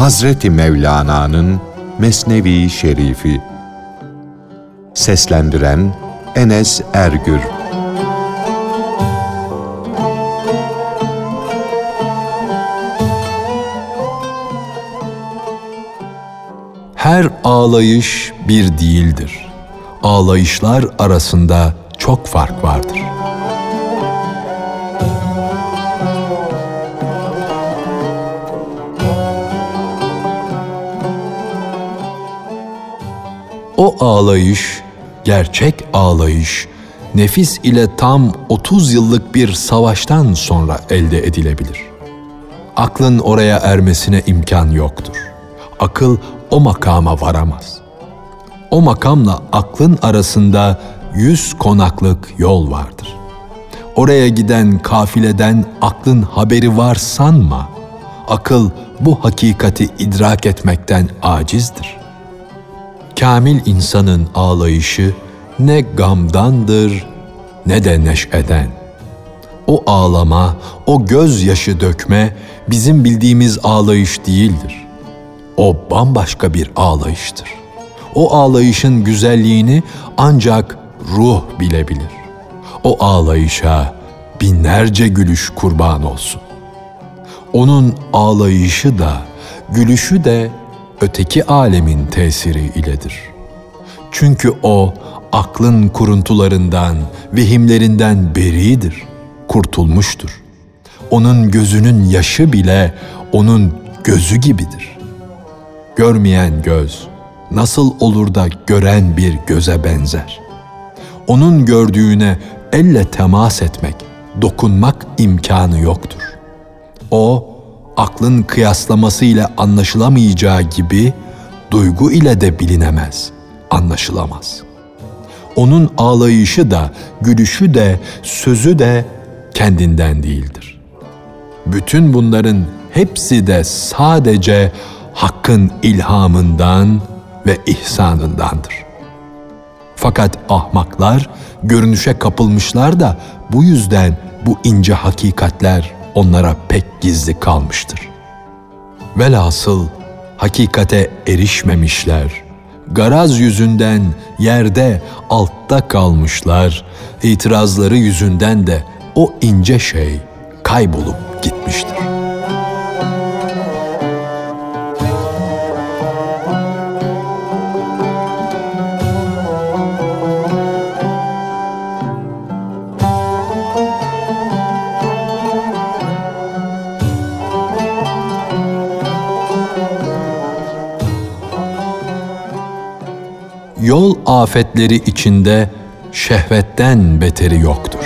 Hazreti Mevlana'nın Mesnevi Şerifi. Seslendiren Enes Ergür. Her ağlayış bir değildir. Ağlayışlar arasında çok fark vardır. O ağlayış, gerçek ağlayış, nefis ile tam 30 yıllık bir savaştan sonra elde edilebilir. Aklın oraya ermesine imkan yoktur. Akıl o makama varamaz. O makamla aklın arasında 100 konaklık yol vardır. Oraya giden kafileden aklın haberi var sanma. Akıl bu hakikati idrak etmekten acizdir. Kamil insanın ağlayışı ne gamdandır ne de neşeden. O ağlama, o gözyaşı dökme bizim bildiğimiz ağlayış değildir. O bambaşka bir ağlayıştır. O ağlayışın güzelliğini ancak ruh bilebilir. O ağlayışa binlerce gülüş kurban olsun. Onun ağlayışı da, gülüşü de öteki alemin tesiri iledir. Çünkü o aklın kuruntularından, vehimlerinden beridir, kurtulmuştur. Onun gözünün yaşı bile onun gözü gibidir. Görmeyen göz nasıl olur da gören bir göze benzer? Onun gördüğüne elle temas etmek, dokunmak imkanı yoktur. O, aklın kıyaslamasıyla anlaşılamayacağı gibi duygu ile de bilinemez, anlaşılamaz. Onun ağlayışı da, gülüşü de, sözü de kendinden değildir. Bütün bunların hepsi de sadece Hakk'ın ilhamından ve ihsanındandır. Fakat ahmaklar görünüşe kapılmışlar da bu yüzden bu ince hakikatler onlara pek gizli kalmıştır. Velhasıl hakikate erişmemişler, garaz yüzünden yerde altta kalmışlar, itirazları yüzünden de o ince şey kaybolup gitmiştir. Yol afetleri içinde şehvetten beteri yoktur.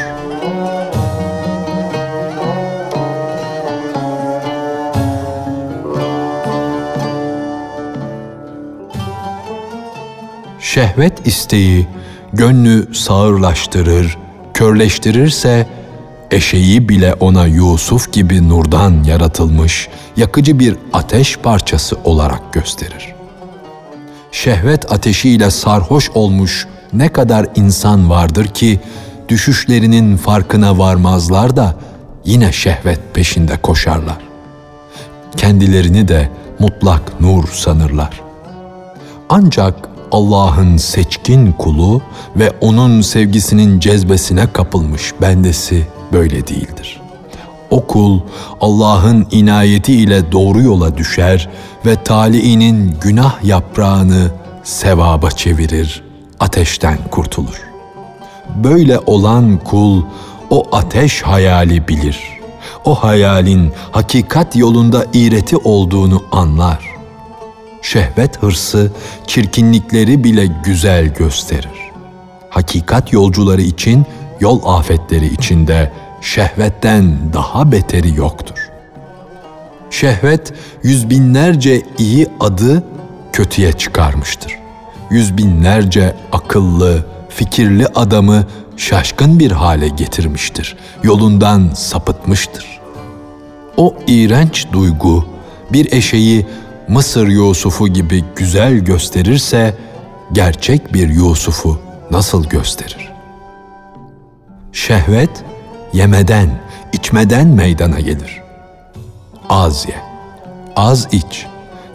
Şehvet isteği gönlü sağırlaştırır, körleştirirse eşeği bile ona Yusuf gibi nurdan yaratılmış yakıcı bir ateş parçası olarak gösterir. Şehvet ateşiyle sarhoş olmuş ne kadar insan vardır ki düşüşlerinin farkına varmazlar da yine şehvet peşinde koşarlar. Kendilerini de mutlak nur sanırlar. Ancak Allah'ın seçkin kulu ve onun sevgisinin cezbesine kapılmış bendesi böyle değildir. O kul Allah'ın inayeti ile doğru yola düşer ve taliinin günah yaprağını sevaba çevirir, ateşten kurtulur. Böyle olan kul o ateş hayali bilir. O hayalin hakikat yolunda iğreti olduğunu anlar. Şehvet hırsı çirkinlikleri bile güzel gösterir. Hakikat yolcuları için yol afetleri içinde şehvetten daha beteri yoktur. Şehvet yüz binlerce iyi adı kötüye çıkarmıştır. Yüz binlerce akıllı, fikirli adamı şaşkın bir hale getirmiştir. Yolundan sapıtmıştır. O iğrenç duygu bir eşeği Mısır Yusuf'u gibi güzel gösterirse gerçek bir Yusuf'u nasıl gösterir? Şehvet yemeden, içmeden meydana gelir. Az ye, az iç.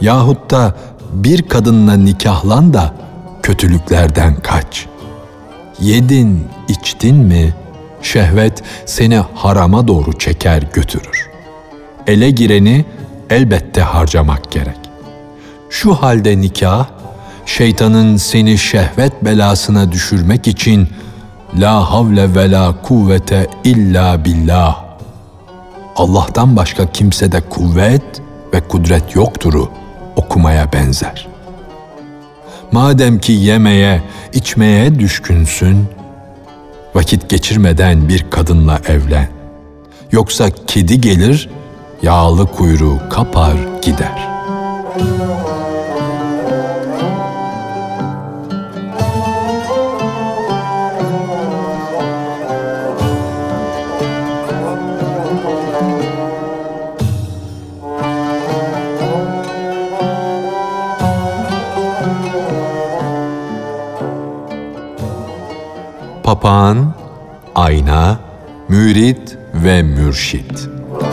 Yahut da bir kadınla nikahlan da kötülüklerden kaç. Yedin, içtin mi, şehvet seni harama doğru çeker götürür. Ele gireni elbette harcamak gerek. Şu halde nikah, şeytanın seni şehvet belasına düşürmek için la havle ve la kuvvete illa billah, Allah'tan başka kimsede kuvvet ve kudret yoktur'u okumaya benzer. Madem ki yemeye, içmeye düşkünsün, vakit geçirmeden bir kadınla evlen. Yoksa kedi gelir, yağlı kuyruğu kapar gider. Papağan, ayna, mürit ve mürşit.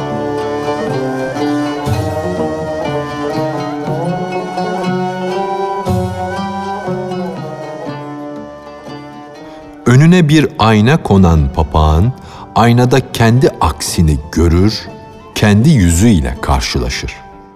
Önüne bir ayna konan papağan, aynada kendi aksini görür, kendi yüzüyle karşılaşır.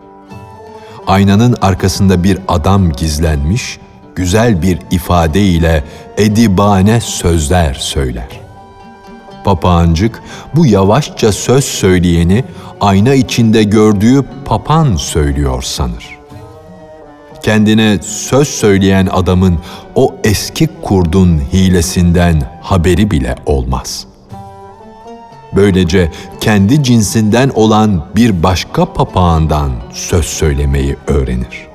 Aynanın arkasında bir adam gizlenmiş, güzel bir ifadeyle edibane sözler söyler. Papağancık bu yavaşça söz söyleyeni ayna içinde gördüğü papan söylüyor sanır. Kendine söz söyleyen adamın o eski kurdun hilesinden haberi bile olmaz. Böylece kendi cinsinden olan bir başka papağandan söz söylemeyi öğrenir.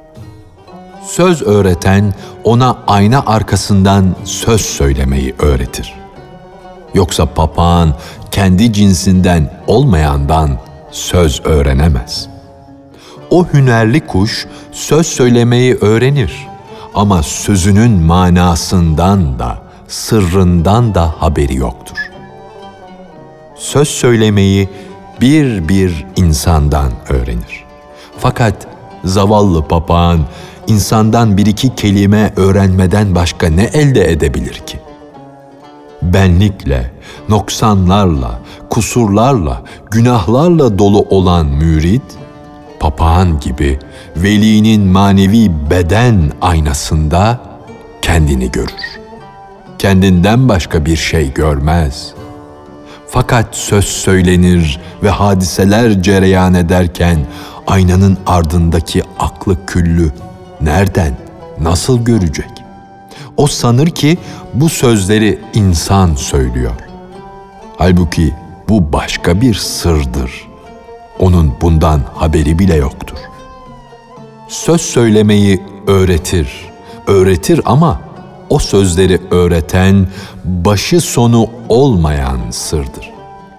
Söz öğreten ona ayna arkasından söz söylemeyi öğretir. Yoksa papağan kendi cinsinden olmayandan söz öğrenemez. O hünerli kuş söz söylemeyi öğrenir ama sözünün manasından da, sırrından da haberi yoktur. Söz söylemeyi bir insandan öğrenir. Fakat zavallı papağan insandan bir iki kelime öğrenmeden başka ne elde edebilir ki? Benlikle, noksanlarla, kusurlarla, günahlarla dolu olan mürit, papağan gibi velinin manevi beden aynasında kendini görür. Kendinden başka bir şey görmez. Fakat söz söylenir ve hadiseler cereyan ederken aynanın ardındaki aklı küllü nereden, nasıl görecek? O sanır ki bu sözleri insan söylüyor. Halbuki bu başka bir sırdır. Onun bundan haberi bile yoktur. Söz söylemeyi öğretir ama o sözleri öğreten, başı sonu olmayan sırdır.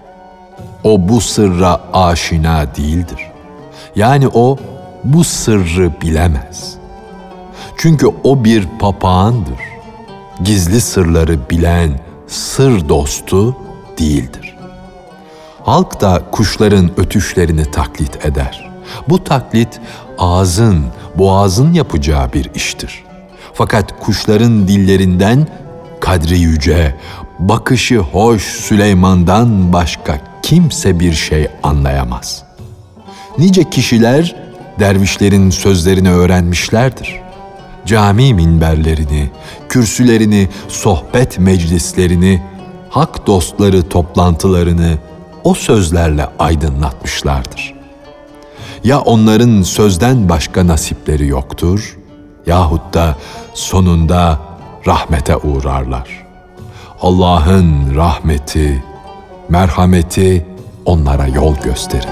O bu sırra aşina değildir. Yani o bu sırrı bilemez. Çünkü o bir papağandır. Gizli sırları bilen sır dostu değildir. Halk da kuşların ötüşlerini taklit eder. Bu taklit ağzın, boğazın yapacağı bir iştir. Fakat kuşların dillerinden kadri yüce, bakışı hoş Süleyman'dan başka kimse bir şey anlayamaz. Nice kişiler dervişlerin sözlerini öğrenmişlerdir. Cami minberlerini, kürsülerini, sohbet meclislerini, hak dostları toplantılarını o sözlerle aydınlatmışlardır. Ya onların sözden başka nasipleri yoktur, yahut da sonunda rahmete uğrarlar. Allah'ın rahmeti, merhameti onlara yol gösterir.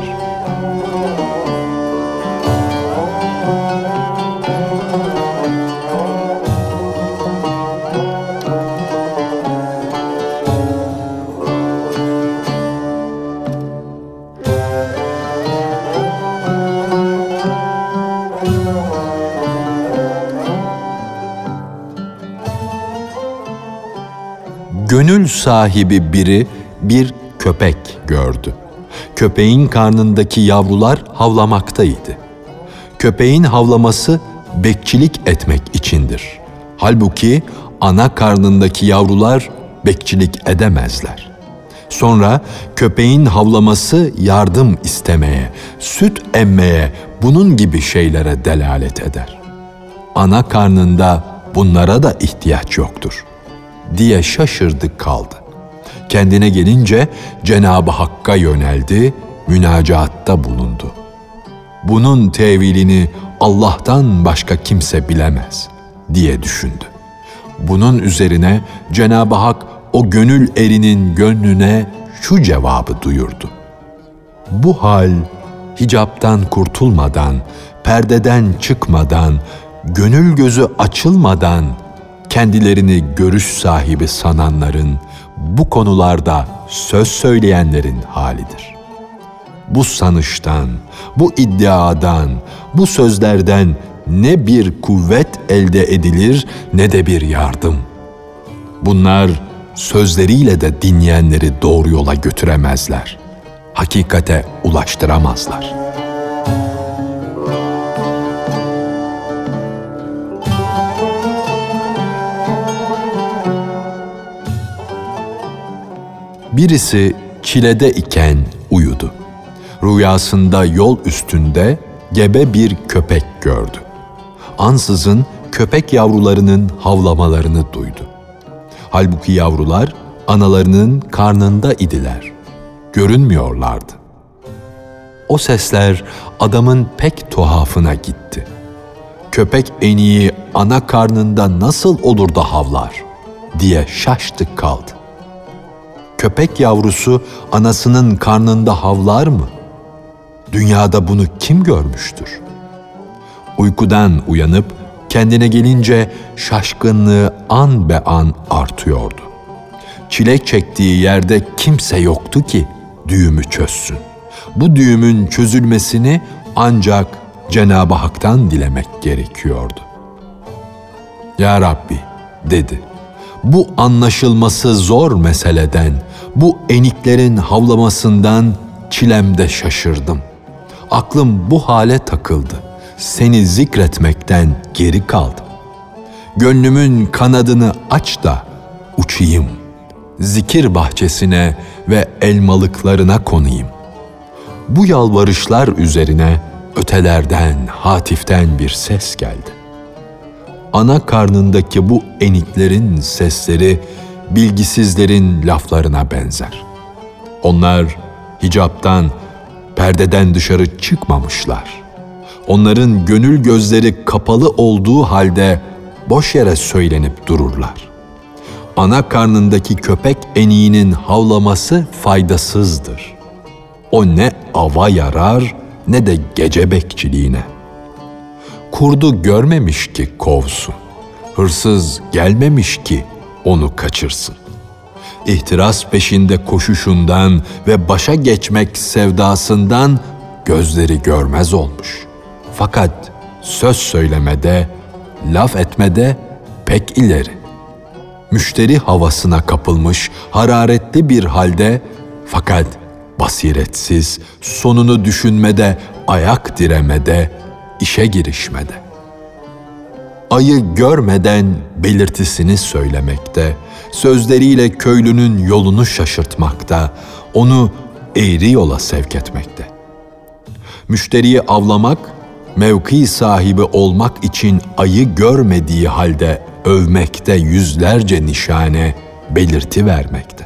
Gönül sahibi biri bir köpek gördü. Köpeğin karnındaki yavrular havlamaktaydı. köpeğin havlaması bekçilik etmek içindir. Halbuki ana karnındaki yavrular bekçilik edemezler. Sonra köpeğin havlaması yardım istemeye, süt emmeye, bunun gibi şeylere delalet eder. Ana karnında bunlara da ihtiyaç yoktur diye şaşırdı kaldı. Kendine gelince Cenab-ı Hakk'a yöneldi, münacatta bulundu. Bunun tevilini Allah'tan başka kimse bilemez diye düşündü. Bunun üzerine Cenab-ı Hak o gönül erinin gönlüne şu cevabı duyurdu. Bu hal hicaptan kurtulmadan, perdeden çıkmadan, gönül gözü açılmadan kendilerini görüş sahibi sananların, bu konularda söz söyleyenlerin halidir. Bu sanıştan, bu iddiadan, bu sözlerden ne bir kuvvet elde edilir ne de bir yardım. Bunlar sözleriyle de dinleyenleri doğru yola götüremezler. Hakikate ulaştıramazlar. Birisi çilede iken uyudu. Rüyasında yol üstünde gebe bir köpek gördü. Ansızın köpek yavrularının havlamalarını duydu. Halbuki yavrular analarının karnında idiler. Görünmüyorlardı. O sesler adamın pek tuhafına gitti. Köpek eniği ana karnında nasıl olur da havlar diye şaştı kaldı. Köpek yavrusu anasının karnında havlar mı? Dünyada bunu kim görmüştür? Uykudan uyanıp kendine gelince şaşkınlığı an be an artıyordu. Çile çektiği yerde kimse yoktu ki düğümü çözsün. Bu düğümün çözülmesini ancak Cenab-ı Hak'tan dilemek gerekiyordu. Ya Rabbi dedi, bu anlaşılması zor meseleden, bu eniklerin havlamasından çilemde şaşırdım. Aklım bu hale takıldı. Seni zikretmekten geri kaldım. Gönlümün kanadını aç da uçayım. Zikir bahçesine ve elmalıklarına konayım. Bu yalvarışlar üzerine ötelerden, hatiften bir ses geldi. Ana karnındaki bu eniklerin sesleri bilgisizlerin laflarına benzer. Onlar hicaptan, perdeden dışarı çıkmamışlar. Onların gönül gözleri kapalı olduğu halde boş yere söylenip dururlar. Ana karnındaki köpek eniğinin havlaması faydasızdır. O ne ava yarar ne de gece bekçiliğine. Kurdu görmemiş ki kovsun. Hırsız gelmemiş ki onu kaçırsın. İhtiras peşinde koşuşundan ve başa geçmek sevdasından gözleri görmez olmuş. Fakat söz söylemede, laf etmede pek ileri. Müşteri havasına kapılmış, hararetli bir halde fakat basiretsiz, sonunu düşünmede, ayak diremede, işe girişmede. Ayı görmeden belirtisini söylemekte, sözleriyle köylünün yolunu şaşırtmakta, onu eğri yola sevk etmekte. Müşteriyi avlamak, mevki sahibi olmak için ayı görmediği halde övmekte yüzlerce nişane, belirti vermekte.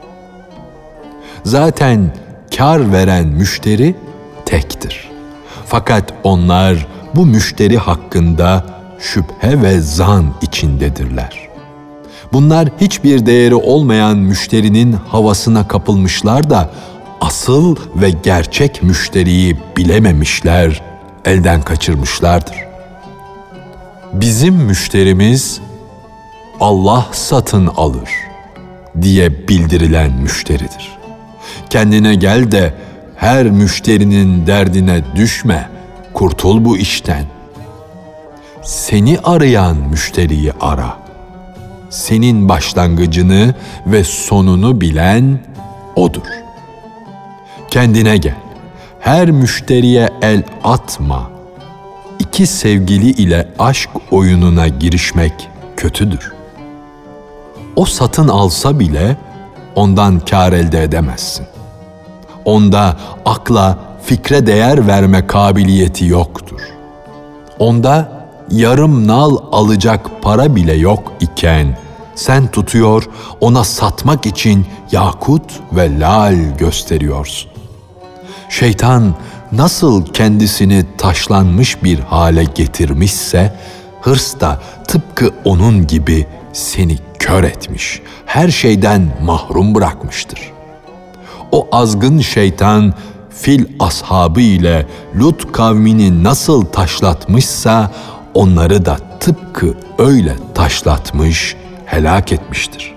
Zaten kar veren müşteri tektir. Fakat onlar bu müşteri hakkında şüphe ve zan içindedirler. Bunlar hiçbir değeri olmayan müşterinin havasına kapılmışlar da asıl ve gerçek müşteriyi bilememişler, elden kaçırmışlardır. Bizim müşterimiz Allah satın alır diye bildirilen müşteridir. Kendine gel de her müşterinin derdine düşme, kurtul bu işten. Seni arayan müşteriyi ara. Senin başlangıcını ve sonunu bilen odur. Kendine gel. Her müşteriye el atma. eski sevgili ile aşk oyununa girişmek kötüdür. O satın alsa bile ondan kâr elde edemezsin. Onda akla, fikre değer verme kabiliyeti yoktur. Onda yarım nal alacak para bile yok iken sen tutuyor ona satmak için yakut ve lal gösteriyorsun. Şeytan nasıl kendisini taşlanmış bir hale getirmişse, hırs da tıpkı onun gibi seni kör etmiş, her şeyden mahrum bırakmıştır. O azgın şeytan, Fil ashabı ile Lut kavmini nasıl taşlatmışsa, onları da tıpkı öyle taşlatmış, helak etmiştir.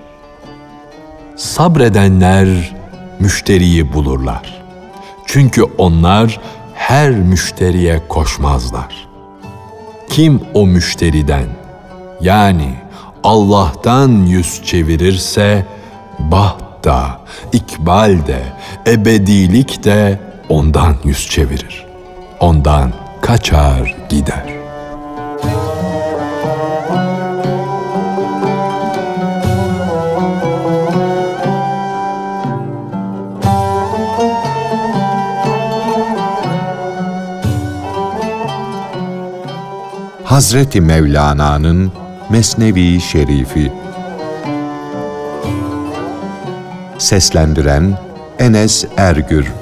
Sabredenler müşteriyi bulurlar. Çünkü onlar her müşteriye koşmazlar. Kim o müşteriden, yani Allah'tan yüz çevirirse, baht da, ikbal de, ebedilik de ondan yüz çevirir. Ondan kaçar gider. Hazreti Mevlana'nın Mesnevi Şerifi. Seslendiren Enes Ergür.